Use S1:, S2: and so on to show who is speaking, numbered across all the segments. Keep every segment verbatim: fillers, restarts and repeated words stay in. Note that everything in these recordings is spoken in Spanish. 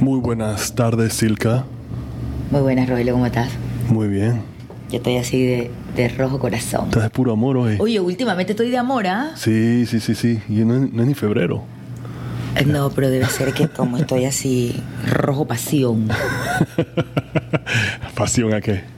S1: Muy buenas tardes, Silka.
S2: Muy buenas, Rogelio, ¿cómo estás?
S1: Muy bien.
S2: Yo estoy así de, de rojo corazón.
S1: ¿Estás de puro amor hoy?
S2: Oye, últimamente estoy de amor, ¿ah? ¿eh?
S1: Sí, sí, sí, sí. Y no, no es ni febrero.
S2: No, pero debe ser que como estoy así, rojo pasión.
S1: ¿Pasión a qué?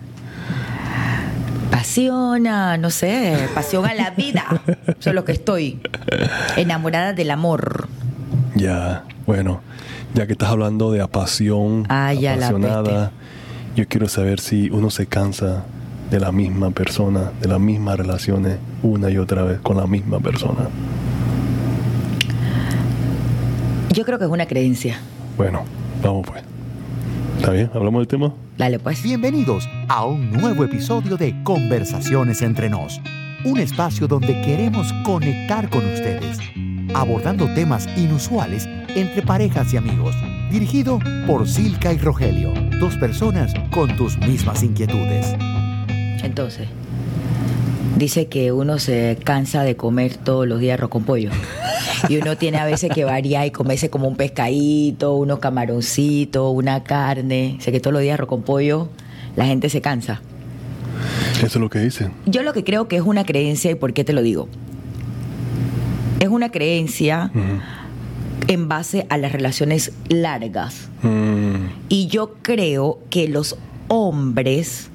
S2: Pasión a, no sé, pasión a la vida. Eso es lo que estoy. Enamorada del amor.
S1: Ya, bueno, ya que estás hablando de apasión,
S2: ah, ya,
S1: apasionada, yo quiero saber si uno se cansa de la misma persona, de las mismas relaciones, una y otra vez con la misma persona.
S2: Yo creo que es una creencia.
S1: Bueno, vamos pues. ¿Está bien? ¿Hablamos del tema?
S2: Dale pues.
S3: Bienvenidos a un nuevo episodio de Conversaciones Entre Nos, un espacio donde queremos conectar con ustedes, abordando temas inusuales entre parejas y amigos, dirigido por Silka y Rogelio, dos personas con tus mismas inquietudes.
S2: Entonces, dice que uno se cansa de comer todos los días arroz con pollo. Y uno tiene a veces que variar y comerse como un pescadito, unos camaroncitos, una carne. Sé que todos los días arroz con pollo, la gente se cansa.
S1: Eso es lo que dicen.
S2: Yo lo que creo que es una creencia, ¿y por qué te lo digo? Es una creencia uh-huh. en base a las relaciones largas. Uh-huh. Y yo creo que los hombres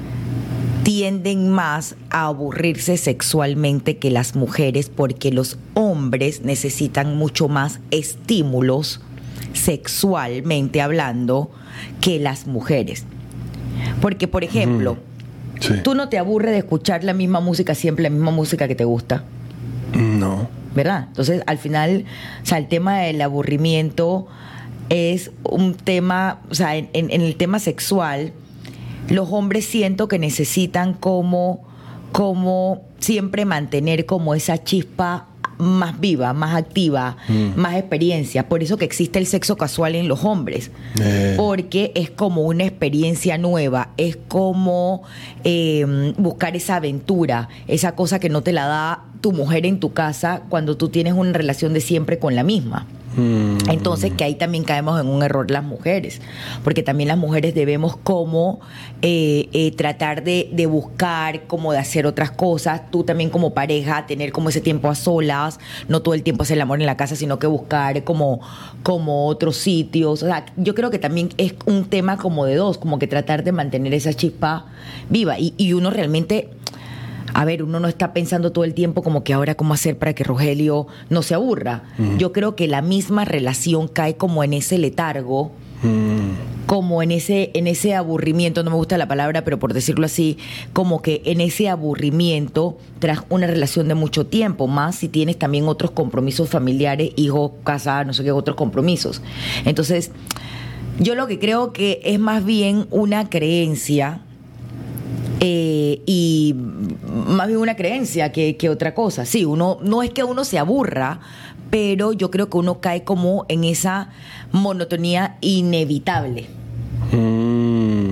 S2: tienden más a aburrirse sexualmente que las mujeres, porque los hombres necesitan mucho más estímulos sexualmente hablando que las mujeres. Porque, por ejemplo,
S1: mm, sí.
S2: tú no te aburres de escuchar la misma música siempre, la misma música que te gusta.
S1: No.
S2: ¿Verdad? Entonces, al final, o sea, el tema del aburrimiento es un tema, o sea, en, en, en el tema sexual, los hombres siento que necesitan como, como siempre mantener como esa chispa más viva, más activa, mm. más experiencia. Por eso que existe el sexo casual en los hombres. Eh. Porque es como una experiencia nueva, es como eh, buscar esa aventura, esa cosa que no te la da tu mujer en tu casa cuando tú tienes una relación de siempre con la misma. Entonces, que ahí también caemos en un error las mujeres, porque también las mujeres debemos como eh, eh, tratar de, de buscar, como de hacer otras cosas, tú también como pareja, tener como ese tiempo a solas, no todo el tiempo hacer el amor en la casa, sino que buscar como, como otros sitios. O sea, yo creo que también es un tema como de dos, como que tratar de mantener esa chispa viva, y, y uno realmente... A ver, uno no está pensando todo el tiempo como que ahora cómo hacer para que Rogelio no se aburra. Mm. Yo creo que la misma relación cae como en ese letargo, mm. como en ese, en ese aburrimiento, no me gusta la palabra, pero por decirlo así, como que en ese aburrimiento tras una relación de mucho tiempo, más si tienes también otros compromisos familiares, hijos, casa, no sé qué, otros compromisos. Entonces, yo lo que creo que es más bien una creencia... Eh, y más bien una creencia que, que otra cosa. Sí, uno no es que uno se aburra, pero yo creo que uno cae como en esa monotonía inevitable.
S1: Mm.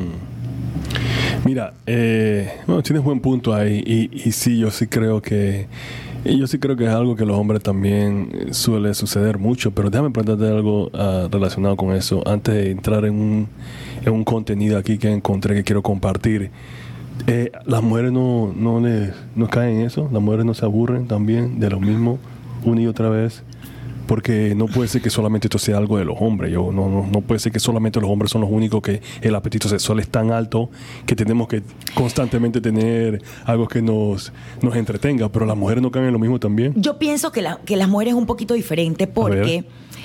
S1: Mira, eh, no, tienes buen punto ahí, y, y sí, yo sí creo que y yo sí creo que es algo que los hombres también suele suceder mucho, pero déjame preguntarte algo uh, relacionado con eso antes de entrar en un, en un contenido aquí que encontré que quiero compartir. Eh, las mujeres no, no, les, no caen en eso, las mujeres no se aburren también de lo mismo una y otra vez, porque no puede ser que solamente esto sea algo de los hombres. Yo, no, no, no puede ser que solamente los hombres son los únicos que el apetito sexual es tan alto que tenemos que constantemente tener algo que nos, nos entretenga, pero las mujeres no caen en lo mismo también.
S2: Yo pienso que, la, que las mujeres es un poquito diferente porque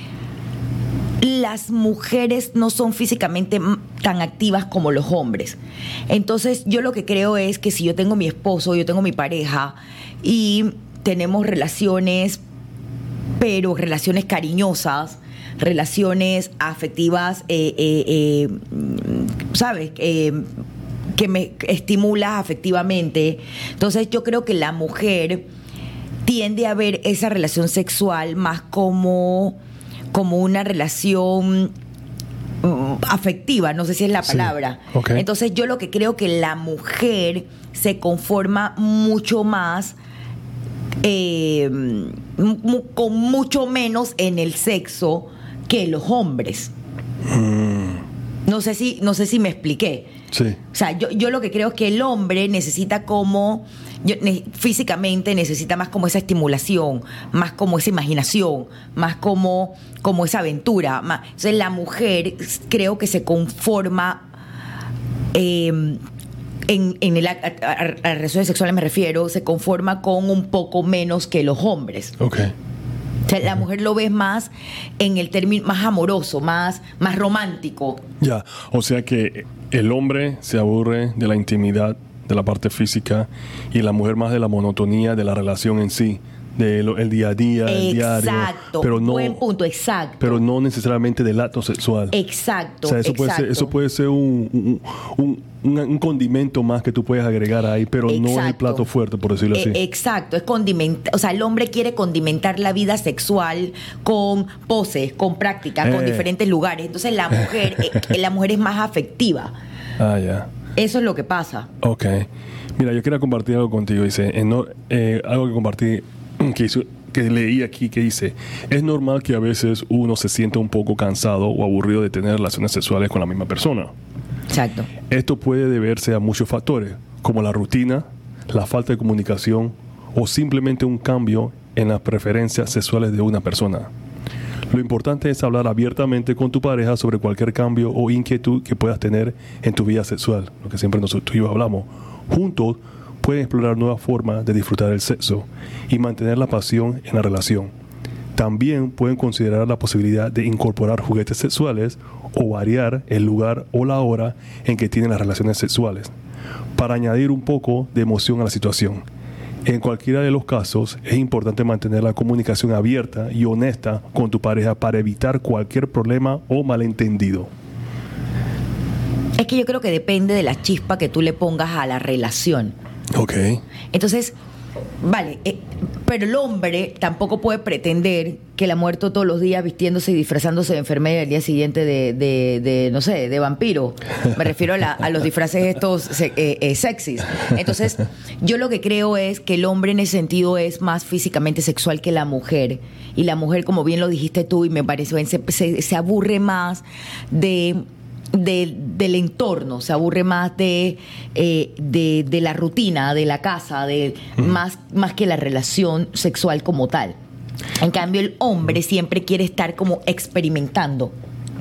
S2: las mujeres no son físicamente tan activas como los hombres. Entonces, yo lo que creo es que si yo tengo mi esposo, yo tengo mi pareja y tenemos relaciones, pero relaciones cariñosas, relaciones afectivas, eh, eh, eh, ¿sabes? Eh, que me estimulas afectivamente. Entonces, yo creo que la mujer tiende a ver esa relación sexual más como... como una relación afectiva, no sé si es la palabra.
S1: Sí, okay.
S2: Entonces yo lo que creo que la mujer se conforma mucho más eh, m- con mucho menos en el sexo que los hombres.
S1: Mm.
S2: No sé si, no sé si me expliqué.
S1: Sí.
S2: O sea, yo, yo lo que creo es que el hombre necesita como, yo, ne, físicamente necesita más como esa estimulación, más como esa imaginación, más como, como esa aventura. Más. Entonces la mujer creo que se conforma, eh, en, en el, a, a, a relaciones sexuales me refiero, se conforma con un poco menos que los hombres.
S1: Okay.
S2: O sea, la mujer lo ves más en el término más amoroso, más, más romántico.
S1: Ya, o sea que el hombre se aburre de la intimidad, de la parte física, y la mujer más de la monotonía de la relación en sí, del día a día, el diario.
S2: Exacto,
S1: Pero no,
S2: buen punto, exacto.
S1: Pero no necesariamente del acto sexual.
S2: Exacto,
S1: o sea, eso
S2: exacto.
S1: puede ser, eso puede ser un, un, un, un, un condimento más que tú puedes agregar ahí, pero exacto. no es el plato fuerte, por decirlo así.
S2: Eh, exacto, es condimentar, o sea, el hombre quiere condimentar la vida sexual con poses, con prácticas, eh. con diferentes lugares. Entonces la mujer, eh, la mujer es más afectiva.
S1: Ah, ya. Yeah.
S2: Eso es lo que pasa.
S1: Ok. Mira, yo quería compartir algo contigo. Dice, eh, no, eh, algo que compartí, que, hizo, que leí aquí, que dice, es normal que a veces uno se sienta un poco cansado o aburrido de tener relaciones sexuales con la misma persona.
S2: Exacto.
S1: Esto puede deberse a muchos factores, como la rutina, la falta de comunicación o simplemente un cambio en las preferencias sexuales de una persona. Lo importante es hablar abiertamente con tu pareja sobre cualquier cambio o inquietud que puedas tener en tu vida sexual, lo que siempre nosotros tú y yo hablamos. Juntos pueden explorar nuevas formas de disfrutar el sexo y mantener la pasión en la relación. También pueden considerar la posibilidad de incorporar juguetes sexuales o variar el lugar o la hora en que tienen las relaciones sexuales, para añadir un poco de emoción a la situación. En cualquiera de los casos, es importante mantener la comunicación abierta y honesta con tu pareja para evitar cualquier problema o malentendido.
S2: Es que yo creo que depende de la chispa que tú le pongas a la relación.
S1: Ok.
S2: Entonces, vale, eh, pero el hombre tampoco puede pretender que la mujer todos los días vistiéndose y disfrazándose de enfermera y al día siguiente de, de, de no sé, de vampiro. Me refiero a, la, a los disfraces estos eh, eh, sexys. Entonces, yo lo que creo es que el hombre en ese sentido es más físicamente sexual que la mujer. Y la mujer, como bien lo dijiste tú, y me parece bien, se, se, se aburre más de... De, del entorno, se aburre más de, eh, de, de la rutina, de la casa, de mm. más, más que la relación sexual como tal. En cambio, el hombre siempre quiere estar como experimentando.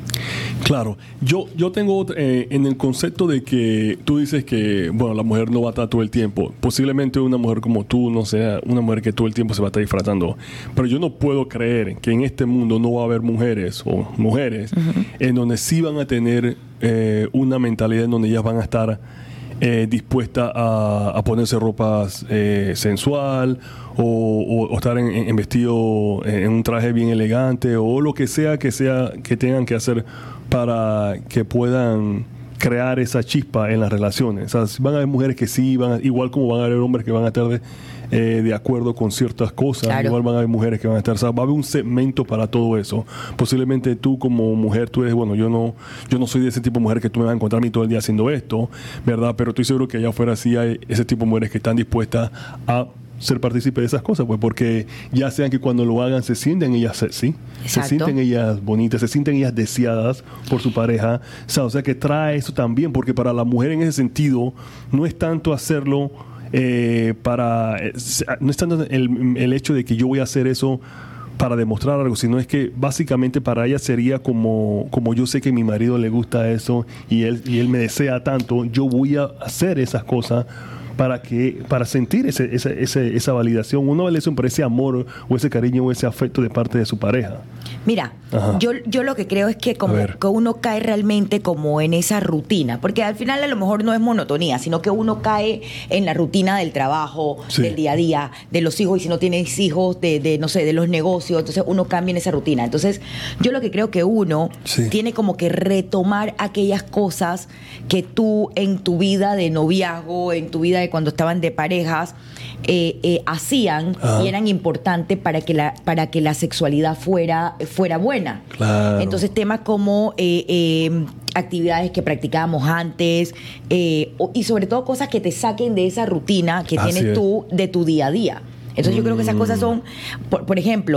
S1: Claro, yo, yo tengo eh, en el concepto de que tú dices que, bueno, la mujer no va a estar todo el tiempo. Posiblemente una mujer como tú no sea una mujer que todo el tiempo se va a estar disfrazando. Pero yo no puedo creer que en este mundo no va a haber mujeres o mujeres uh-huh. en donde sí van a tener eh, una mentalidad en donde ellas van a estar eh, dispuestas a, a ponerse ropa eh, sensual o, o, o estar en, en vestido, en un traje bien elegante o lo que sea que sea que tengan que hacer para que puedan crear esa chispa en las relaciones. O sea, van a haber mujeres que sí, van a, igual como van a haber hombres que van a estar de, eh, de acuerdo con ciertas cosas, claro. Igual van a haber mujeres que van a estar, o sea, va a haber un segmento para todo eso. Posiblemente tú como mujer, tú eres, bueno, yo no yo no soy de ese tipo de mujer que tú me vas a encontrar a mí todo el día haciendo esto, ¿verdad? Pero estoy seguro que allá afuera sí hay ese tipo de mujeres que están dispuestas a ser partícipe de esas cosas, pues porque ya sean que cuando lo hagan se sienten ellas sexy, se sienten ellas bonitas, se sienten ellas deseadas por su pareja, o sea, o sea que trae eso también, porque para la mujer en ese sentido no es tanto hacerlo eh, para, eh, no es tanto el, el hecho de que yo voy a hacer eso para demostrar algo, sino es que básicamente para ella sería como, como yo sé que a mi marido le gusta eso y él, y él me desea tanto, yo voy a hacer esas cosas para que para sentir ese, ese, ese, esa validación, una validación por ese amor o ese cariño o ese afecto de parte de su pareja.
S2: Mira, yo, yo lo que creo es que como que uno cae realmente como en esa rutina, porque al final a lo mejor no es monotonía, sino que uno cae en la rutina del trabajo, sí. del día a día, de los hijos, y si no tienes hijos, de, de no sé, de los negocios, entonces uno cambia en esa rutina. Entonces yo lo que creo que uno sí. tiene como que retomar aquellas cosas que tú en tu vida de noviazgo, en tu vida de cuando estaban de parejas, eh, eh, hacían ah. y eran importantes para que la para que la sexualidad fuera fuera buena.
S1: Claro.
S2: Entonces temas como eh, eh, actividades que practicábamos antes eh, y sobre todo cosas que te saquen de esa rutina que
S1: Así
S2: tienes
S1: es.
S2: tú de tu día a día. Entonces mm. yo creo que esas cosas son, por, por ejemplo,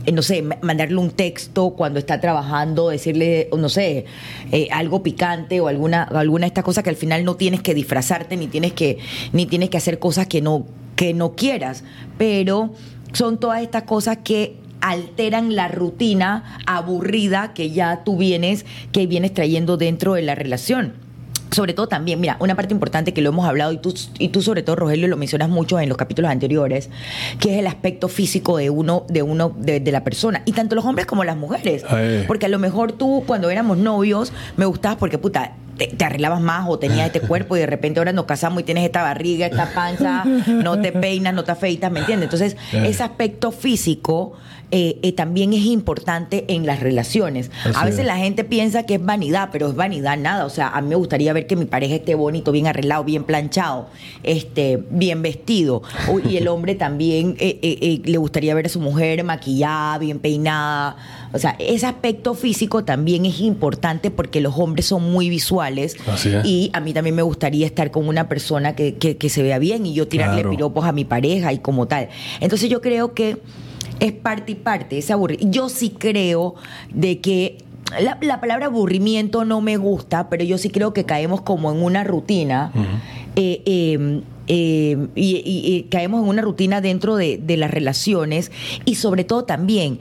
S2: no sé, mandarle un texto cuando está trabajando, decirle, no sé, eh, algo picante o alguna, alguna de estas cosas que al final no tienes que disfrazarte ni tienes que, ni tienes que hacer cosas que no, que no quieras, pero son todas estas cosas que alteran la rutina aburrida que ya tú vienes, que vienes trayendo dentro de la relación. Sobre todo también, mira, una parte importante que lo hemos hablado y tú, y tú sobre todo, Rogelio, lo mencionas mucho en los capítulos anteriores, que es el aspecto físico de uno, de uno, de, de la persona. Y tanto los hombres como las mujeres. Ay. Porque a lo mejor tú, cuando éramos novios, me gustabas porque, puta, te, te arreglabas más o tenías este cuerpo y de repente ahora nos casamos y tienes esta barriga, esta panza, no te peinas, no te afeitas, ¿me entiendes? Entonces, Ay. ese aspecto físico Eh, eh, también es importante en las relaciones. Así a veces es. La gente piensa que es vanidad, pero es vanidad nada. O sea, a mí me gustaría ver que mi pareja esté bonito, bien arreglado, bien planchado, este, bien vestido. Y el hombre también eh, eh, eh, le gustaría ver a su mujer maquillada, bien peinada. O sea, ese aspecto físico también es importante porque los hombres son muy visuales.
S1: Así es.
S2: Y a mí también me gustaría estar con una persona que, que, que se vea bien y yo tirarle claro. piropos a mi pareja y como tal. Entonces yo creo que es parte y parte, es aburrido. Yo sí creo de que la, la palabra aburrimiento no me gusta, pero yo sí creo que caemos como en una rutina uh-huh. eh, eh, eh, y, y, y caemos en una rutina dentro de, de las relaciones y sobre todo también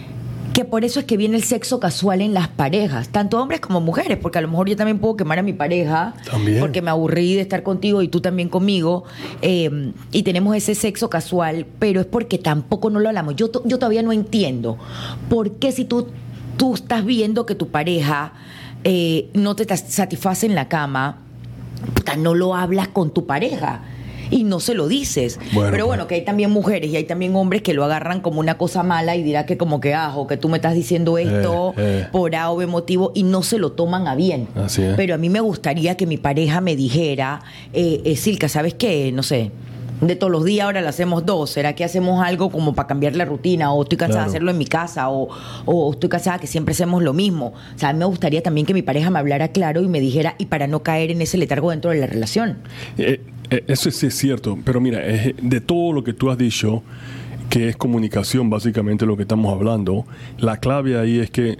S2: que por eso es que viene el sexo casual en las parejas, tanto hombres como mujeres, porque a lo mejor yo también puedo quemar a mi pareja
S1: ¿También?
S2: Porque me aburrí de estar contigo y tú también conmigo, eh, y tenemos ese sexo casual, pero es porque tampoco no lo hablamos. Yo, yo todavía no entiendo por qué si tú, tú estás viendo que tu pareja eh, no te satisface en la cama, puta, no lo hablas con tu pareja y no se lo dices. Bueno, pero bueno, pues. Que hay también mujeres y hay también hombres que lo agarran como una cosa mala y dirá que como que, ah, o que tú me estás diciendo esto eh, eh. por A o B motivo y no se lo toman a bien.
S1: Así es.
S2: Pero a mí me gustaría que mi pareja me dijera, eh, eh, Silka, ¿sabes qué? No sé, de todos los días ahora lo hacemos dos. ¿Será que hacemos algo como para cambiar la rutina? O estoy cansada claro. de hacerlo en mi casa, o, o estoy cansada que siempre hacemos lo mismo. O sea, a mí me gustaría también que mi pareja me hablara claro y me dijera, y para no caer en ese letargo dentro de la relación.
S1: Eh, Eso sí es cierto, pero mira, de todo lo que tú has dicho, que es comunicación básicamente lo que estamos hablando, la clave ahí es que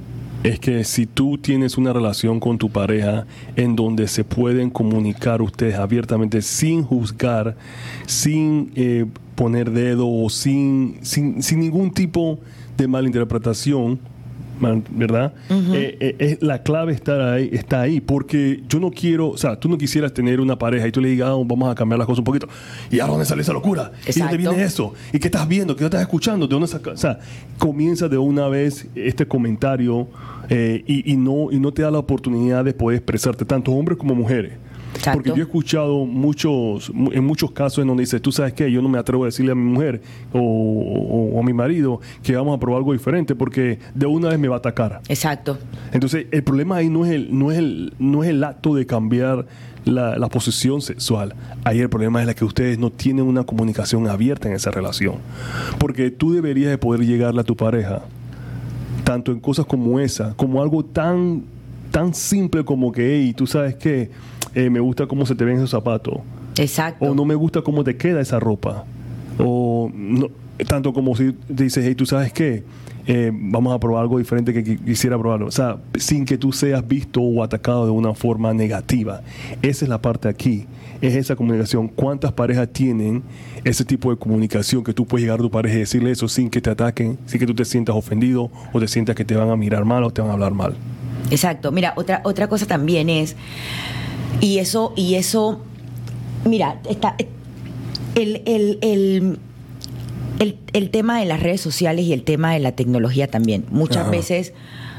S1: es que si tú tienes una relación con tu pareja en donde se pueden comunicar ustedes abiertamente sin juzgar, sin eh, poner dedo o sin, sin, sin ningún tipo de malinterpretación, ¿verdad? Uh-huh. Eh, eh, eh, la clave está ahí, está ahí, porque yo no quiero, o sea, tú no quisieras tener una pareja y tú le digas, oh, vamos a cambiar las cosas un poquito. ¿Y a dónde sale esa locura?
S2: Exacto.
S1: ¿Y dónde viene eso? ¿Y qué estás viendo? ¿Qué estás escuchando? ¿De dónde saca? O sea, comienza de una vez este comentario eh, y, y, no, y no te da la oportunidad de poder expresarte, tanto hombres como mujeres.
S2: Exacto.
S1: Porque yo he escuchado muchos, en muchos casos en donde dice, tú sabes qué, yo no me atrevo a decirle a mi mujer o, o, o a mi marido que vamos a probar algo diferente porque de una vez me va a atacar.
S2: Exacto.
S1: Entonces el problema ahí no es el, no es el, no es el acto de cambiar la, la posición sexual. Ahí el problema es la que ustedes no tienen una comunicación abierta en esa relación. Porque tú deberías de poder llegarle a tu pareja, tanto en cosas como esa, como algo tan, tan simple como que, hey, tú sabes qué, Eh, me gusta cómo se te ven esos zapatos.
S2: Exacto.
S1: O no me gusta cómo te queda esa ropa. O no, tanto como si dices, hey, tú sabes qué, eh, vamos a probar algo diferente que quisiera probarlo. O sea, sin que tú seas visto o atacado de una forma negativa. Esa es la parte aquí. Es esa comunicación. ¿Cuántas parejas tienen ese tipo de comunicación que tú puedes llegar a tu pareja y decirle eso sin que te ataquen, sin que tú te sientas ofendido o te sientas que te van a mirar mal o te van a hablar mal?
S2: Exacto. Mira, otra, otra cosa también es... Y eso, y eso, mira, está el, el, el, el, el tema de las redes sociales y el tema de la tecnología también. Muchas Ajá. veces,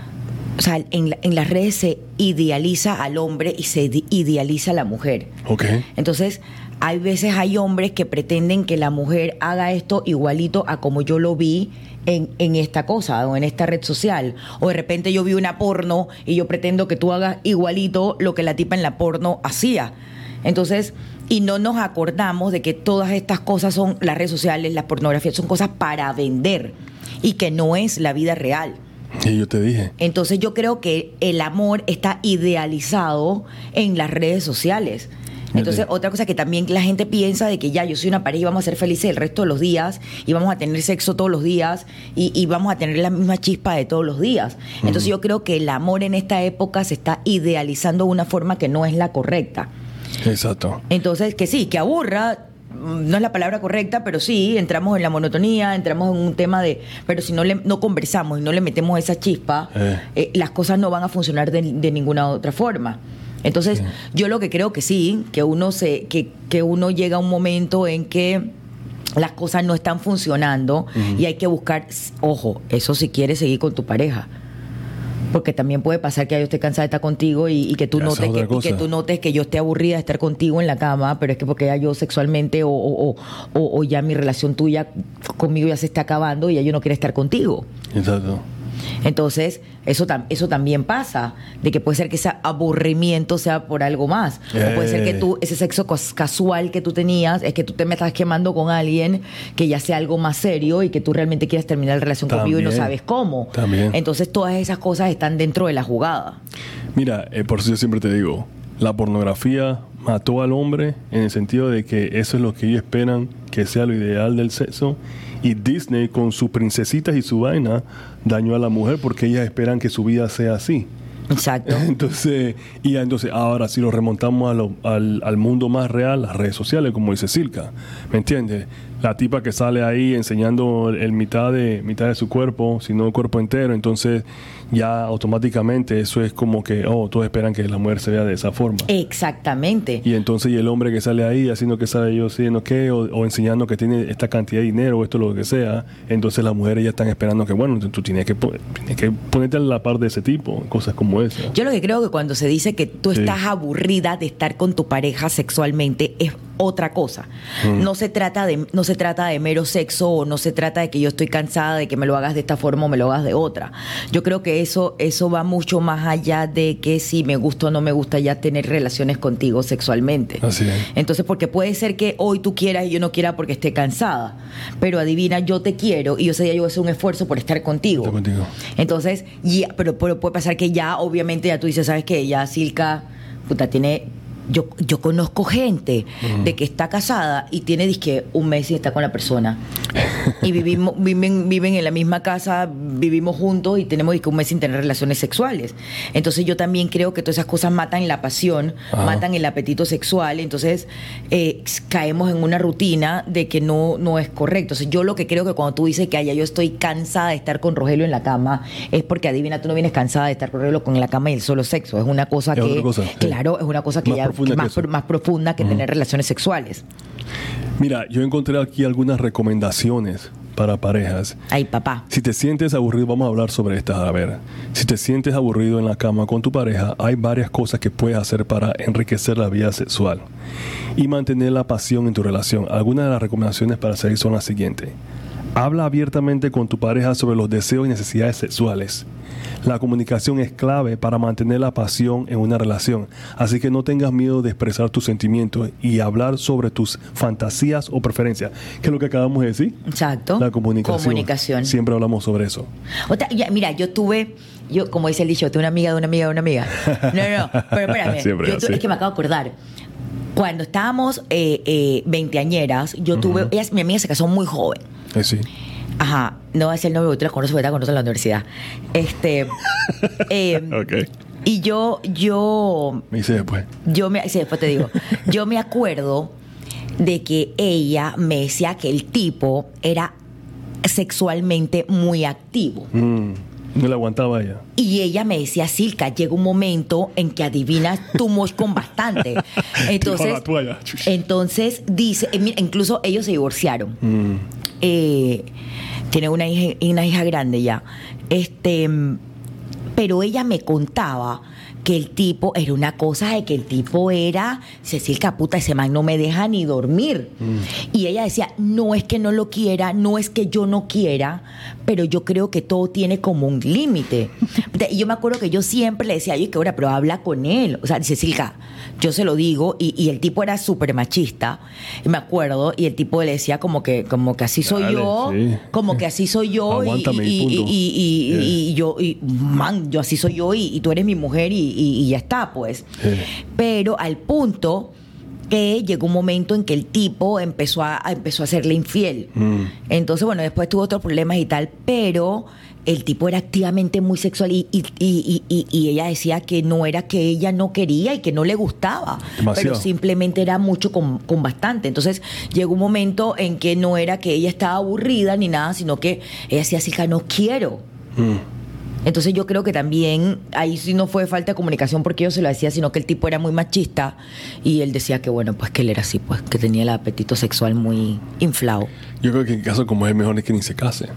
S2: o sea, en, en las redes se idealiza al hombre y se idealiza a la mujer.
S1: Okay.
S2: Entonces, hay veces hay hombres que pretenden que la mujer haga esto igualito a como yo lo vi en, en esta cosa o en esta red social. O de repente yo vi una porno y yo pretendo que tú hagas igualito lo que la tipa en la porno hacía. Entonces, y no nos acordamos de que todas estas cosas son, las redes sociales, la pornografía, son cosas para vender y que no es la vida real.
S1: Sí, yo te dije.
S2: Entonces yo creo que el amor está idealizado en las redes sociales. Entonces, otra cosa que también la gente piensa de que ya yo soy una pareja y vamos a ser felices el resto de los días y vamos a tener sexo todos los días y, y vamos a tener la misma chispa de todos los días. Entonces, uh-huh. yo creo que el amor en esta época se está idealizando de una forma que no es la correcta.
S1: Exacto.
S2: Entonces, que sí, que aburra, no es la palabra correcta, pero sí, entramos en la monotonía, entramos en un tema de... Pero si no le, no conversamos y no le metemos esa chispa, eh. Eh, las cosas no van a funcionar de, de ninguna otra forma. Entonces, sí. yo lo que creo que sí, que uno se, que, que uno llega a un momento en que las cosas no están funcionando uh-huh. y hay que buscar, ojo, eso si quieres seguir con tu pareja. Porque también puede pasar que yo esté cansada de estar contigo y, y, que tú notes que, y que tú notes que yo esté aburrida de estar contigo en la cama, pero es que porque ya yo sexualmente o, o, o, o ya mi relación tuya conmigo ya se está acabando y ya yo no quiero estar contigo.
S1: Exacto.
S2: Entonces, eso, tam- eso también pasa, de que puede ser que ese aburrimiento sea por algo más. Eh. O puede ser que tú, ese sexo cas- casual que tú tenías, es que tú te me estás quemando con alguien que ya sea algo más serio y que tú realmente quieras terminar la relación también. Conmigo y no sabes cómo.
S1: También.
S2: Entonces, todas esas cosas están dentro de la jugada.
S1: Mira, eh, por eso yo siempre te digo, la pornografía mató al hombre en el sentido de que eso es lo que ellos esperan que sea lo ideal del sexo. Y Disney, con sus princesitas y su vaina, dañó a la mujer porque ellas esperan que su vida sea así.
S2: Exacto.
S1: Entonces, y entonces ahora si lo remontamos a lo, al, al mundo más real, las redes sociales, como dice Silka, ¿me entiendes? La tipa que sale ahí enseñando el, el mitad de mitad de su cuerpo, sino el cuerpo entero, entonces ya automáticamente eso es como que, oh, todos esperan que la mujer se vea de esa forma.
S2: Exactamente.
S1: Y entonces y el hombre que sale ahí haciendo que sabe yo haciendo qué, o, o enseñando que tiene esta cantidad de dinero o esto lo que sea, entonces las mujeres ya están esperando que, bueno, tú tienes que, tienes que ponerte a la par de ese tipo, cosas como esa.
S2: Yo lo que creo que cuando se dice que tú
S1: sí.
S2: estás aburrida de estar con tu pareja sexualmente es otra cosa. Mm. No se trata de no se trata de mero sexo o no se trata de que yo estoy cansada de que me lo hagas de esta forma o me lo hagas de otra. Yo creo que eso eso va mucho más allá de que si me gusta o no me gusta ya tener relaciones contigo sexualmente.
S1: Así es.
S2: Entonces, porque puede ser que hoy tú quieras y yo no quiera porque esté cansada, pero adivina, yo te quiero y yo sé que yo voy a hacer un esfuerzo por estar contigo.
S1: Estoy contigo.
S2: Entonces, ya, pero, pero puede pasar que ya obviamente ya tú dices, ¿sabes qué? Ya Silka, puta, tiene... Yo, yo conozco gente uh-huh. de que está casada y tiene disque un mes y está con la persona y vivimos viven viven en la misma casa, vivimos juntos y tenemos disque un mes sin tener relaciones sexuales. Entonces yo también creo que todas esas cosas matan la pasión, uh-huh. matan el apetito sexual. Entonces eh, caemos en una rutina de que no, no es correcto. O sea, yo lo que creo que cuando tú dices que ay, ya yo estoy cansada de estar con Rogelio en la cama es porque adivina, tú no vienes cansada de estar con Rogelio con la cama y el solo sexo. Es una cosa
S1: es
S2: que
S1: cosa,
S2: claro, sí. es una cosa que
S1: más
S2: ya
S1: profunda
S2: más,
S1: que
S2: más profunda que uh-huh. tener relaciones sexuales.
S1: Mira, yo encontré aquí algunas recomendaciones para parejas.
S2: Ay, papá.
S1: Si te sientes aburrido, vamos a hablar sobre estas. A ver, si te sientes aburrido en la cama con tu pareja, hay varias cosas que puedes hacer para enriquecer la vida sexual y mantener la pasión en tu relación. Algunas de las recomendaciones para seguir son las siguientes. Habla abiertamente con tu pareja sobre los deseos y necesidades sexuales. La comunicación es clave para mantener la pasión en una relación, así que no tengas miedo de expresar tus sentimientos y hablar sobre tus fantasías o preferencias, que es lo que acabamos de decir.
S2: Exacto.
S1: La comunicación.
S2: Comunicación.
S1: Siempre hablamos sobre eso.
S2: Otra, ya, mira, yo tuve, yo como dice el dicho, tuve una amiga de una amiga de una amiga. No, no, no, pero espérame.
S1: Siempre,
S2: yo tuve, es que me acabo de acordar. Cuando estábamos eh, eh, veinteañeras, yo uh-huh. tuve, ella, mi amiga se casó muy joven.
S1: Eh, sí.
S2: Ajá, no va a ser el novio, tú la conoces, la conoces en la universidad. Este. eh,
S1: ok.
S2: Y yo, yo.
S1: Me dice después.
S2: Yo me, sí, después te digo. Yo me acuerdo de que ella me decía que el tipo era sexualmente muy activo.
S1: Mm. No la aguantaba ella.
S2: Y ella me decía, Silka, llega un momento en que adivinas tu mosh con bastante. Entonces, entonces dice, eh, mira, incluso ellos se divorciaron. Mm. Eh, tiene una hija, una hija grande ya. Este, pero ella me contaba que el tipo era una cosa de que el tipo era Cecilka, puta, ese man no me deja ni dormir. Mm. Y ella decía, no es que no lo quiera, no es que yo no quiera, pero yo creo que todo tiene como un límite. Y yo me acuerdo que yo siempre le decía, oye, que ahora, pero habla con él. O sea, Cecilka, yo se lo digo, y, y el tipo era súper machista, y me acuerdo, y el tipo le decía como que, como que así soy Dale, yo, sí. como que así soy yo, y, y, y, y, yeah. y yo, y man, yo así soy yo, y, y tú eres mi mujer, y Y, y ya está, pues. Sí. Pero al punto que llegó un momento en que el tipo empezó a, a- empezó a serle infiel.
S1: Mm.
S2: Entonces, bueno, después tuvo otros problemas y tal, pero el tipo era activamente muy sexual y, y, y, y, y ella decía que no era que ella no quería y que no le gustaba,
S1: Demasiado.
S2: pero simplemente era mucho con, con bastante. Entonces llegó un momento en que no era que ella estaba aburrida ni nada, sino que ella decía, Silka, no quiero.
S1: Mm.
S2: Entonces yo creo que también ahí sí no fue falta de comunicación porque yo se lo decía, sino que el tipo era muy machista y él decía que bueno, pues que él era así, pues que tenía el apetito sexual muy inflado.
S1: Yo creo que en caso como es, mejor es que ni se case.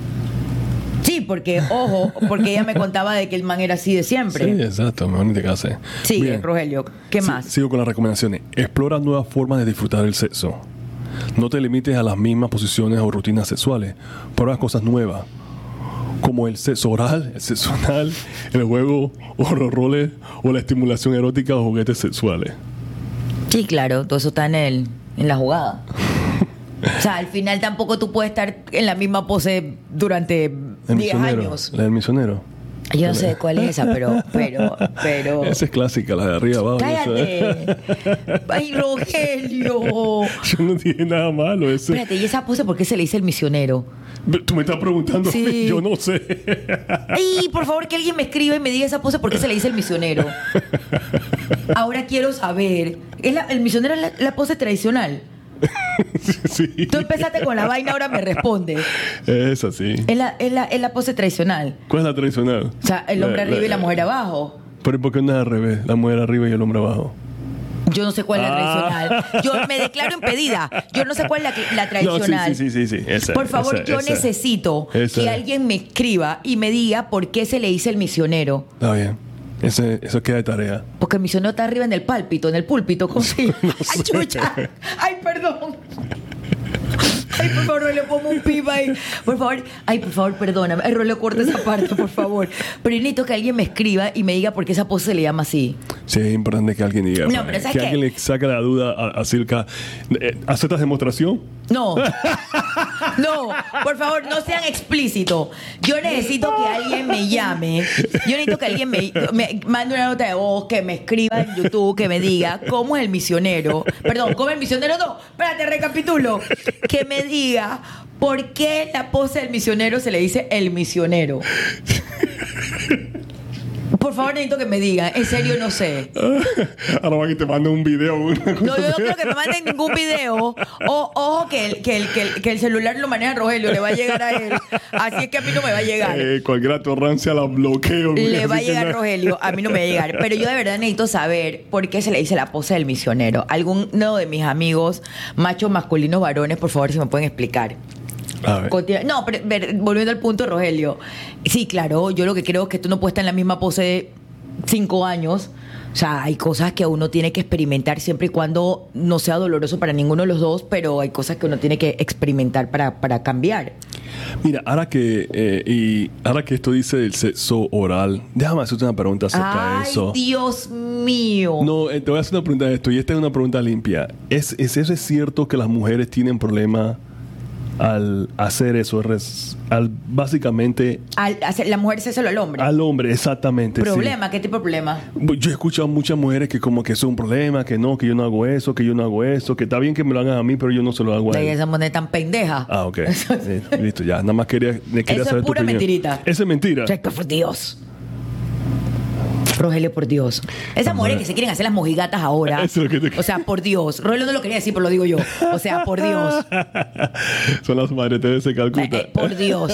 S2: Sí, porque, ojo, porque ella me contaba de que el man era así de
S1: Sí,
S2: siempre.
S1: exacto, mejor ni te case.
S2: Sí,
S1: Bien.
S2: Rogelio, ¿qué
S1: Sí,
S2: más?
S1: Sigo con las recomendaciones. Explora nuevas formas de disfrutar el sexo. No te limites a las mismas posiciones o rutinas sexuales. Prueba cosas nuevas, como el sexo oral, el sexo anal, el juego o los roles o la estimulación erótica o juguetes sexuales.
S2: Sí, claro, todo eso está en el, en la jugada. O sea, al final tampoco tú puedes estar en la misma pose durante
S1: El
S2: diez
S1: misionero.
S2: años.
S1: La del misionero.
S2: Yo no sé cuál es esa, pero, pero, pero.
S1: Esa es clásica, la de arriba abajo.
S2: ¡Cállate! ¡Ay, Rogelio!
S1: Yo no dije nada malo. Ese.
S2: Espérate, ¿y esa pose por qué se le dice el misionero?
S1: Tú me estás preguntando a mí,
S2: Sí.
S1: yo no sé.
S2: Ay, por favor, que alguien me escriba y me diga esa pose por qué se le dice el misionero. Ahora quiero saber. ¿Es la- ¿El misionero es la, la pose tradicional?
S1: Sí.
S2: Tú empezaste con la vaina, ahora me responde.
S1: Es así.
S2: Es la, es la, es la pose tradicional.
S1: ¿Cuál es la tradicional?
S2: O sea, el hombre arriba y la mujer abajo.
S1: Pero ¿por qué no es al revés? La mujer arriba y el hombre abajo.
S2: Yo no sé cuál es la
S1: Ah.
S2: tradicional. Yo me declaro impedida. Yo no sé cuál es la, la
S1: No,
S2: tradicional.
S1: sí, sí, sí, sí, sí. Esa,
S2: Por favor,
S1: esa,
S2: yo
S1: esa.
S2: necesito
S1: Esa.
S2: que alguien me escriba y me diga por qué se le dice el misionero.
S1: Está bien. Ese, eso queda de tarea.
S2: Porque el misionero está arriba en el pálpito, en el púlpito, ¿cómo se ¡Ay, chucha! ¡Ay, perdón! Ay, por favor, le pongo un pipa ahí. Por favor, ay, por favor, perdóname. Ay, Rollo, corta esa parte, por favor. Pero yo necesito que alguien me escriba y me diga por qué esa pose se le llama así.
S1: Sí, es importante que alguien diga.
S2: No,
S1: pues,
S2: pero ¿sabes
S1: que
S2: qué?
S1: alguien le saque la duda a, a Silka. Eh, ¿Aceptas demostración?
S2: No. No, por favor, no sean explícitos. Yo necesito que alguien me llame. Yo necesito que alguien me, me mande una nota de voz, que me escriba en YouTube, que me diga cómo es el misionero. Perdón, ¿cómo es el misionero? No, espérate, recapitulo. Que me diga por qué la pose del misionero se le dice el misionero. Por favor, necesito que me digan. En serio, no sé.
S1: Ahora van y te mando un video. Una cosa
S2: No, yo no
S1: así.
S2: quiero que me manden ningún video. O, ojo, que el, que, el, que, el, que el celular lo maneja Rogelio, le va a llegar a él. Así es que a mí no me va a llegar.
S1: Eh, cualquier atorrancia la bloqueo.
S2: Le
S1: así
S2: va a
S1: que
S2: llegar
S1: no-
S2: Rogelio, a mí no me va a llegar. Pero yo de verdad necesito saber por qué se le dice la pose del misionero. Alguno de mis amigos, machos, masculinos, varones, por favor, si me pueden explicar.
S1: A ver.
S2: Continua- No, pero ver, volviendo al punto, Rogelio. Sí, claro, yo lo que creo es que tú no puedes estar en la misma pose de cinco años. O sea, hay cosas que uno tiene que experimentar siempre y cuando no sea doloroso para ninguno de los dos, pero hay cosas que uno tiene que experimentar para, para cambiar.
S1: Mira, ahora que eh, y ahora que esto dice del sexo oral, déjame hacerte una pregunta acerca
S2: Ay,
S1: de eso.
S2: Dios mío.
S1: No, eh, te voy a hacer una pregunta de esto y esta es una pregunta limpia. ¿Es, es eso es cierto que las mujeres tienen problema al hacer eso? Res- al básicamente
S2: Al hacer- la mujer se al hombre.
S1: al hombre, exactamente. sí.
S2: ¿Problema? ¿Qué tipo de problema?
S1: Yo he escuchado a muchas mujeres que como que eso es un problema, que no, que yo no hago eso, que yo no hago eso, que está bien que me lo hagan a mí, pero yo no se lo hago a
S2: De
S1: él.
S2: esa manera tan pendeja.
S1: Ah, ok. Sí, listo, ya. Nada más quería, quería
S2: Eso es
S1: saber tu
S2: pura
S1: opinión.
S2: mentirita.
S1: Esa es mentira.
S2: Checa, por Dios. Rogelio, por Dios. Esas mujeres que se quieren hacer las mojigatas ahora.
S1: Eso es lo que te-
S2: O sea, por Dios. Rogelio no lo quería decir, pero lo digo yo. O sea, por Dios.
S1: Son las madres Teresa de Calcuta.
S2: Eh, por Dios.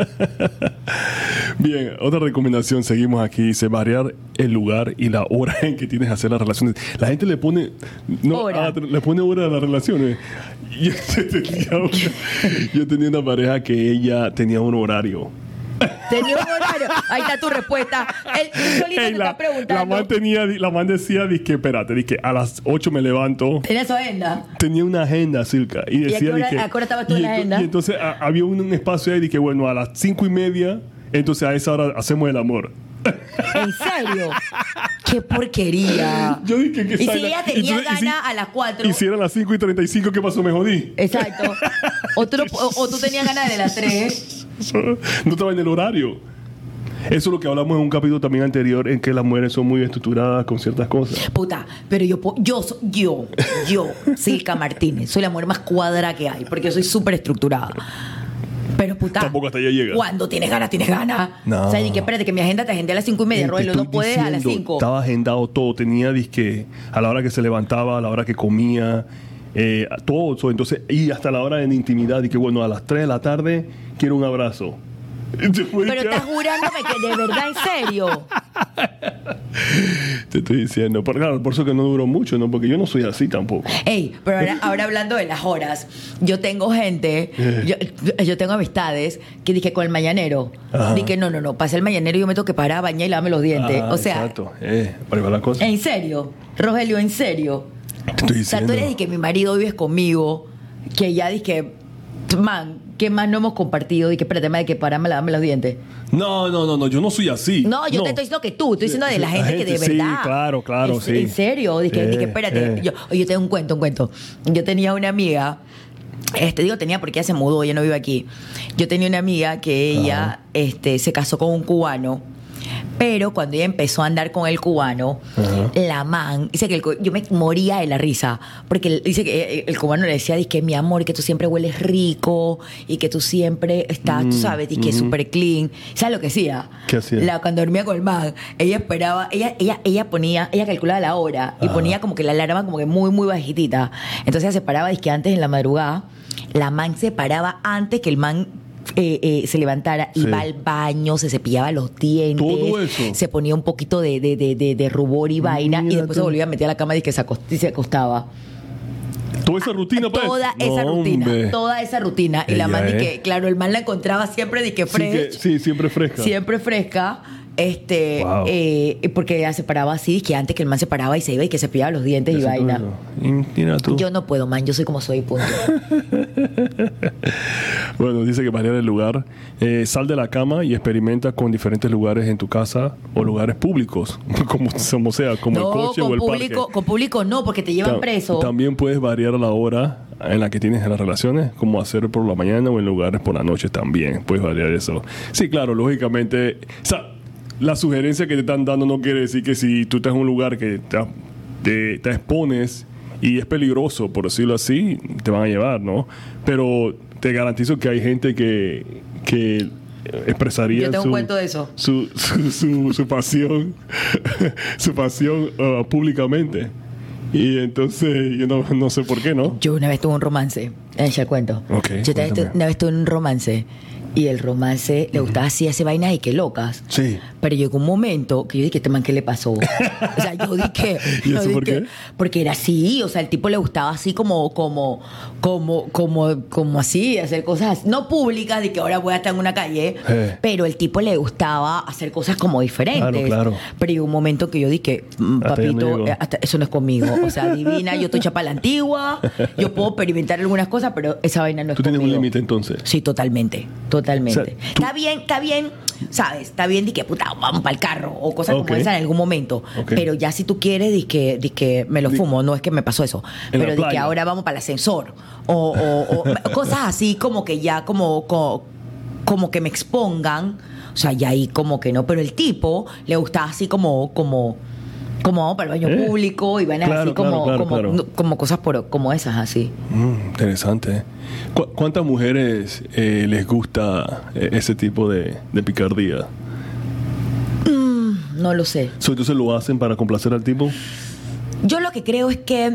S1: Bien, otra recomendación, seguimos aquí, dice variar el lugar y la hora en que tienes que hacer las relaciones. La gente le pone no,
S2: Hora.
S1: ah, le pone hora a las relaciones. Yo tenía, una, yo tenía una pareja que ella tenía un horario.
S2: Tenía un horario. Ahí está tu respuesta. Él él solito
S1: Ey,
S2: te
S1: la,
S2: está preguntando.
S1: la man tenía, la man decía, dizque, espérate, dizque, a las ocho me levanto.
S2: Tenía su agenda.
S1: Tenía una agenda, Silka. Y
S2: a qué
S1: decía,
S2: hora-
S1: dizque-
S2: a qué hora estabas tú en
S1: y
S2: la
S1: ento-
S2: agenda?
S1: Y entonces a- había un, un espacio ahí de que, bueno, a las cinco y media, entonces a esa hora hacemos el amor.
S2: ¿En serio? ¡Qué porquería!
S1: Yo dije que
S2: Y
S1: esa
S2: si
S1: vaina-
S2: ella tenía
S1: entonces, y si-
S2: gana a las cuatro.
S1: Y si eran las cinco y treinta y cinco, ¿qué pasó? Me jodí.
S2: Exacto. O tú, no- o- o tú tenías ganas de las tres.
S1: No estaba en el horario. Eso es lo que hablamos en un capítulo también anterior, en que las mujeres son muy estructuradas con ciertas cosas.
S2: Puta, pero yo, po- yo, so- yo, yo, Silka Martínez, soy la mujer más cuadra que hay, porque yo soy súper estructurada. Pero puta,
S1: Tampoco hasta allá llega.
S2: cuando tienes ganas, tienes ganas.
S1: No.
S2: O sea, ni que espérate, que mi agenda te agendé a las cinco y media,
S1: Te
S2: Roelo,
S1: estoy
S2: no puedes a las
S1: diciendo,
S2: cinco.
S1: Estaba agendado todo. Tenía disque a la hora que se levantaba, a la hora que comía, eh, todo eso. Entonces, y hasta la hora de intimidad. Y que bueno, a las tres de la tarde quiero un abrazo.
S2: Pero estás jurándome que de verdad, en serio.
S1: Te estoy diciendo. Pero claro, por eso que no duró mucho, ¿no? Porque yo no soy así tampoco.
S2: Ey, pero ahora, ahora hablando de las horas, yo tengo gente, yo, yo tengo amistades que dije con el mañanero.
S1: Ajá.
S2: Dije, no, no, no, pasa el mañanero y yo me tengo que parar a bañar y lavarme los dientes.
S1: Ah,
S2: o sea,
S1: exacto. Eh, para ver la cosa.
S2: en serio, Rogelio, en serio.
S1: Te estoy
S2: O sea,
S1: diciendo.
S2: tú eres de que mi marido vives conmigo, que ya dije, man, ¿qué más no hemos compartido? Y que espérate, de que pararme a lavarme los dientes.
S1: No, no, no, no, yo no soy así.
S2: No, yo te estoy diciendo que tú, estoy diciendo de la
S1: Sí,
S2: gente,
S1: la
S2: que de
S1: gente, sí,
S2: verdad.
S1: claro, claro,
S2: en,
S1: sí.
S2: En serio, dije,
S1: Eh,
S2: dije espérate.
S1: eh.
S2: Yo, oye, tengo un cuento, un cuento. Yo tenía una amiga, este digo tenía porque ella se mudó, ella no vive aquí. Yo tenía una amiga que ella
S1: Ajá.
S2: este, se casó con un cubano. Pero cuando ella empezó a andar con el cubano,
S1: Ajá.
S2: la man, dice que el cu- yo me moría de la risa, porque él- dice que el cubano le decía, dice que mi amor, que tú siempre hueles rico y que tú siempre estás, tú sabes, dice que
S1: ujú.
S2: súper clean. ¿Sabes lo que hacía?
S1: ¿Qué hacía?
S2: La, cuando dormía con el man, ella esperaba, ella, ella, ella ponía, ella calculaba la hora y
S1: Ajá.
S2: ponía como que la alarma como que muy, muy bajitita. Entonces ella se paraba, dice que antes en la madrugada, la man se paraba antes que el man eh, eh, se levantara,
S1: Sí.
S2: iba al baño, se cepillaba los dientes,
S1: Todo eso.
S2: se ponía un poquito de, de, de, de, de rubor y vaina,
S1: Mira
S2: y después
S1: tú.
S2: se volvía a meter a la cama y que se, acost- y se acostaba.
S1: Toda esa rutina, pues.
S2: Toda esa
S1: No,
S2: rutina,
S1: hombre.
S2: toda esa rutina. Y la
S1: Ella
S2: man di
S1: es.
S2: que, claro, el man la encontraba siempre de que
S1: Sí, que-
S2: fresh,
S1: sí, siempre fresca.
S2: siempre fresca. Este,
S1: Wow.
S2: eh, porque ella se paraba así, que antes que el man se paraba y se iba y que se pillaba los dientes y
S1: Eso,
S2: vaina.
S1: todo eso. Y mira tú.
S2: Yo no puedo, man, yo soy como soy, punto.
S1: Bueno, dice que varía el lugar. Eh, sal de la cama y experimenta con diferentes lugares en tu casa o lugares públicos, como, como sea, como
S2: no,
S1: el coche
S2: con
S1: o el
S2: público,
S1: parque.
S2: con público no, porque te llevan
S1: Ta-
S2: preso.
S1: También puedes variar la hora en la que tienes las relaciones, como hacer por la mañana o en lugares por la noche también. Puedes variar eso. Sí, claro, lógicamente. O sea, la sugerencia que te están dando no quiere decir que si tú estás en un lugar que te, te, te expones y es peligroso, por decirlo así, te van a llevar, ¿no? Pero te garantizo que hay gente que, que expresaría
S2: Yo tengo
S1: su,
S2: un cuento de eso.
S1: su, su, su, su pasión su pasión uh, públicamente. Y entonces yo no, no sé por qué, ¿no.
S2: Yo una vez tuve un romance, ella el cuento.
S1: Ok,
S2: Yo una vez,
S1: cuéntame.
S2: tu- una vez tuve un romance y el romance le gustaba así, hace vainas y que locas.
S1: Sí.
S2: Pero llegó un momento que yo dije, ¿este man qué le pasó? O sea, yo dije...
S1: ¿Y
S2: yo
S1: eso por
S2: dije-
S1: qué?
S2: Porque era así, o sea, el tipo le gustaba así como, como, como, como, como así, hacer cosas así, no públicas, de que ahora voy a estar en una calle,
S1: Eh.
S2: pero el tipo le gustaba hacer cosas como diferentes.
S1: Claro, claro.
S2: Pero llegó un momento que yo dije, mm,
S1: Hasta ya no
S2: papito,
S1: llegó.
S2: eh, hasta eso no es conmigo. O sea, divina, yo estoy chapa a la antigua, yo puedo experimentar algunas cosas, pero esa vaina no es
S1: Tú tienes un
S2: conmigo.
S1: límite entonces.
S2: Sí, totalmente, totalmente.
S1: O sea, tú-
S2: Está bien, está bien, ¿sabes? Está bien de que, puta, vamos para el carro o cosas
S1: Ok.
S2: como esa en algún momento.
S1: Ok.
S2: Pero ya si tú quieres, di que, di que me lo
S1: Di-
S2: fumo, no es que me pasó eso.
S1: En la
S2: Pero di que
S1: playa.
S2: ahora vamos para el ascensor. O, o- o cosas así como que ya como, como, como que me expongan. O sea, ya ahí como que no. Pero el tipo le gustaba así como, como, como vamos para el baño
S1: Eh.
S2: público y van
S1: Claro,
S2: así como,
S1: claro, claro,
S2: como,
S1: claro.
S2: no, como cosas por, como esas así.
S1: Mm, interesante. ¿Cu- ¿Cuántas mujeres eh, les gusta eh, ese tipo de, de picardía?
S2: No lo sé.
S1: So, ¿Entonces lo hacen para complacer al tipo?
S2: Yo lo que creo es que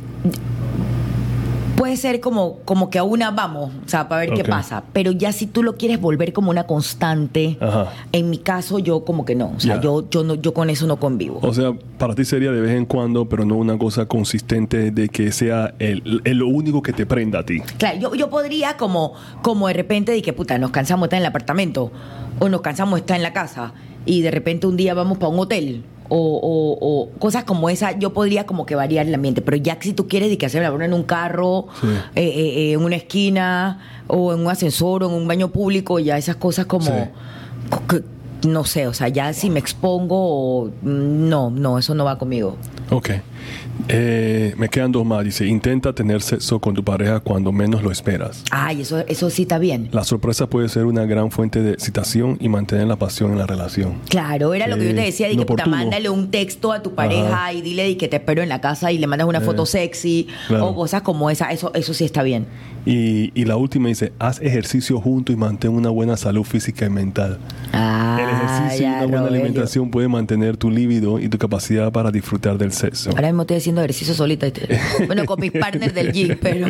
S2: puede ser como, como que a una vamos, o sea, para ver
S1: Ok.
S2: qué pasa. Pero ya si tú lo quieres volver como una constante,
S1: Ajá.
S2: en mi caso yo como que no. O sea,
S1: Ya.
S2: yo, yo no, yo con eso no convivo.
S1: O sea, para ti sería de vez en cuando, pero no una cosa consistente de que sea el, el lo único que te prenda a ti.
S2: Claro, yo, yo podría como, como de repente de que puta, nos cansamos de estar en el apartamento o nos cansamos de estar en la casa y de repente un día vamos para un hotel o, o- o cosas como esa, yo podría como que variar el ambiente, pero ya que si tú quieres de que hacer la broma en un carro,
S1: Sí.
S2: eh, eh, eh, en una esquina o en un ascensor o en un baño público, ya esas cosas como...
S1: Sí.
S2: co- que- no sé, o sea, ya si me expongo o... No, no, eso no va conmigo.
S1: Ok. Eh, me quedan dos más. Dice, intenta tener sexo con tu pareja cuando menos lo esperas.
S2: Ay, eso, eso sí está bien.
S1: La sorpresa puede ser una gran fuente de excitación y mantener la pasión en la relación.
S2: Claro, era lo que yo te decía, de que puta, mándale un texto a tu pareja. Ajá. Y dile de que te espero en la casa y le mandas una eh, foto sexy, claro. O cosas como esa. Eso, eso sí está bien.
S1: Y, y la última dice, haz ejercicio junto y mantén una buena salud física y mental.
S2: Ah,
S1: el ejercicio
S2: ya,
S1: y una buena
S2: Rogelio.
S1: alimentación puede mantener tu libido y tu capacidad para disfrutar del sexo.
S2: Ahora mismo estoy haciendo ejercicio solita. Bueno, con mis partners del gym, pero...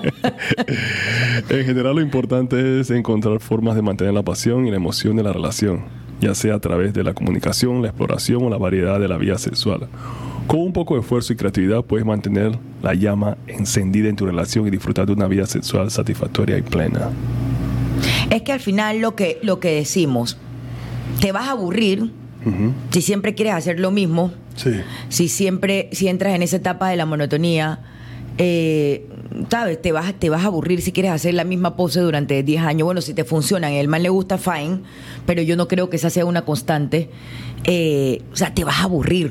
S1: En general, lo importante es encontrar formas de mantener la pasión y la emoción de la relación, ya sea a través de la comunicación, la exploración o la variedad de la vida sexual. Con un poco de esfuerzo y creatividad puedes mantener la llama encendida en tu relación y disfrutar de una vida sexual satisfactoria y plena.
S2: Es que al final lo que, lo que decimos, te vas a aburrir uh-huh. si siempre quieres hacer lo mismo,
S1: sí.
S2: si siempre, si entras en esa etapa de la monotonía, eh, sabes, te vas, te vas a aburrir si quieres hacer la misma pose durante diez años. Bueno, si te funcionan, el man le gusta, fine, pero yo no creo que esa sea una constante. Eh, o sea, te vas a aburrir.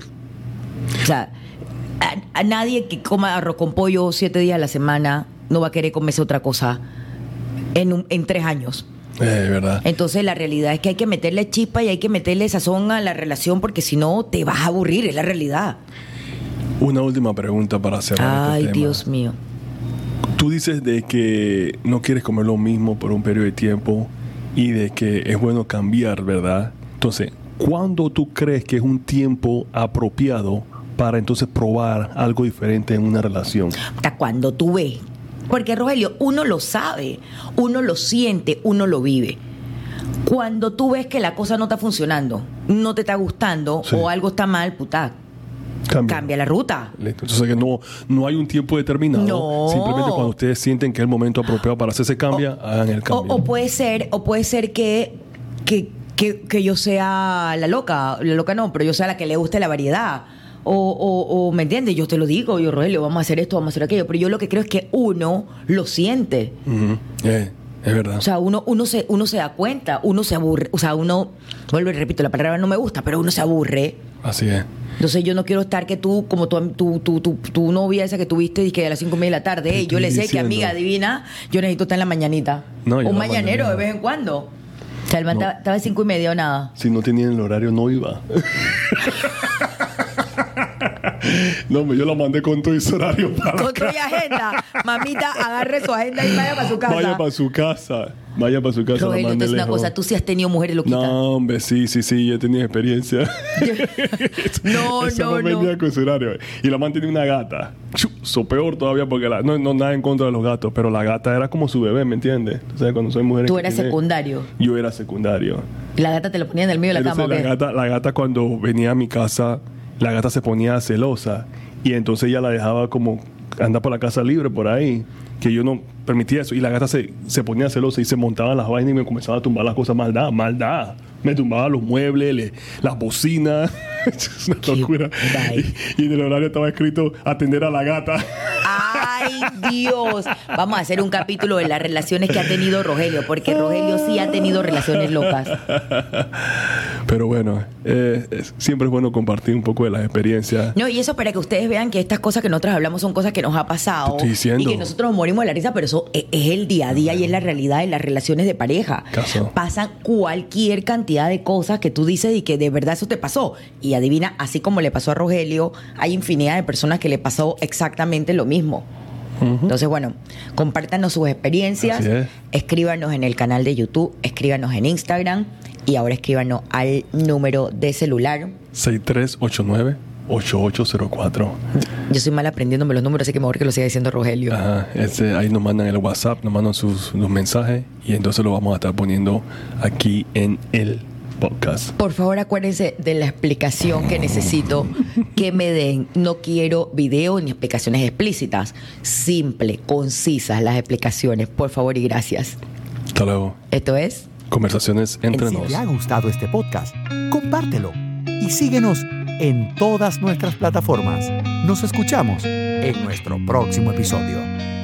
S2: O sea, a, a nadie que coma arroz con pollo siete días a la semana no va a querer comerse otra cosa en, un, en tres años.
S1: Eh, verdad.
S2: Entonces la realidad es que hay que meterle chispa y hay que meterle sazón a la relación, porque si no te vas a aburrir, es la realidad.
S1: Una última pregunta para cerrar.
S2: Ay,
S1: este tema.
S2: Dios mío.
S1: Tú dices de que no quieres comer lo mismo por un periodo de tiempo y de que es bueno cambiar, ¿verdad? Entonces, ¿cuándo tú crees que es un tiempo apropiado para entonces probar algo diferente en una relación?
S2: Hasta cuando tú ves. Porque, Rogelio, uno lo sabe, uno lo siente, uno lo vive. Cuando tú ves que la cosa no está funcionando, no te está gustando, sí. o algo está mal, puta, cambia, cambia la ruta.
S1: Entonces que no, no hay un tiempo determinado.
S2: No.
S1: Simplemente cuando ustedes sienten que es el momento apropiado para hacer ese cambio, o, hagan el cambio.
S2: O, o puede ser, o puede ser que, que, que, que yo sea la loca, la loca no, pero yo sea la que le guste la variedad. O, o, o, ¿me entiendes? Yo te lo digo, yo, Rogelio, vamos a hacer esto, vamos a hacer aquello. Pero yo lo que creo es que uno lo siente.
S1: Uh-huh. Eh, es verdad.
S2: O sea, uno, uno, se, uno se da cuenta, uno se aburre. O sea, uno, vuelvo y repito, la palabra no me gusta, pero uno se aburre.
S1: Así es.
S2: Entonces yo no quiero estar que tú, como tu, tu, tu, tu, tu novia esa que tuviste y que a las cinco y media de la tarde, hey, yo le sé diciendo? que amiga adivina, yo necesito estar en la mañanita. No, un mañanero mañana. de vez en cuando. O sea, el man no. estaba a cinco y media o nada.
S1: Si no tenían el horario, no iba. No, yo la mandé con todo ese horario para
S2: con tu agenda. Mamita, agarre su agenda y vaya para su casa.
S1: Vaya para su casa. Vaya para su casa.
S2: Rogelio, entonces una cosa, tú sí has tenido mujeres loquitas.
S1: No, hombre, sí, sí, sí, yo he tenido experiencia.
S2: no,
S1: Esa
S2: no,
S1: no.
S2: no.
S1: Con su horario. Y la man tenía una gata. So peor todavía porque la, no, no nada en contra de los gatos, pero la gata era como su bebé, ¿me entiendes? O sea, cuando soy mujer.
S2: Tú eras tiene, secundario.
S1: Yo era secundario.
S2: ¿Y la gata te lo ponía en el medio de la
S1: entonces,
S2: cama?
S1: La gata, la gata cuando venía a mi casa, la gata se ponía celosa y entonces ella la dejaba como andar por la casa libre por ahí, que yo no permitía eso, y la gata se, se ponía celosa y se montaba en las vainas y me comenzaba a tumbar las cosas, maldad, maldad, me tumbaba los muebles, le, las bocinas. Es una locura. Y, y en el horario estaba escrito atender a la gata.
S2: ¡Ay, Dios! Vamos a hacer un capítulo de las relaciones que ha tenido Rogelio, porque Rogelio sí ha tenido relaciones locas.
S1: Pero bueno, eh, es, siempre es bueno compartir un poco de las experiencias.
S2: No, y eso para que ustedes vean que estas cosas que nosotros hablamos son cosas que nos ha pasado.
S1: Te estoy diciendo.
S2: Y que nosotros nos morimos de la risa, pero eso es, es el día a día y es la realidad de las relaciones de pareja.
S1: Caso.
S2: Pasan cualquier cantidad de cosas que tú dices y que de verdad eso te pasó. Y adivina, así como le pasó a Rogelio, hay infinidad de personas que le pasó exactamente lo mismo. Uh-huh. Entonces, bueno, compártanos sus experiencias, escríbanos en el canal de YouTube, escríbanos en Instagram y ahora escríbanos al número de celular
S1: seis tres ocho nueve, ocho ocho cero cuatro.
S2: Yo soy mal aprendiéndome los números, así que mejor que lo siga diciendo Rogelio.
S1: Ajá, este, ahí nos mandan el WhatsApp, nos mandan sus, sus mensajes y entonces lo vamos a estar poniendo aquí en el podcast.
S2: Por favor, acuérdense de la explicación que necesito que me den. No quiero video ni explicaciones explícitas. Simple, concisas las explicaciones. Por favor y gracias.
S1: Hasta luego.
S2: Esto es
S1: Conversaciones entre
S3: Si
S1: nos.
S3: te ha gustado este podcast, compártelo y síguenos en todas nuestras plataformas. Nos escuchamos en nuestro próximo episodio.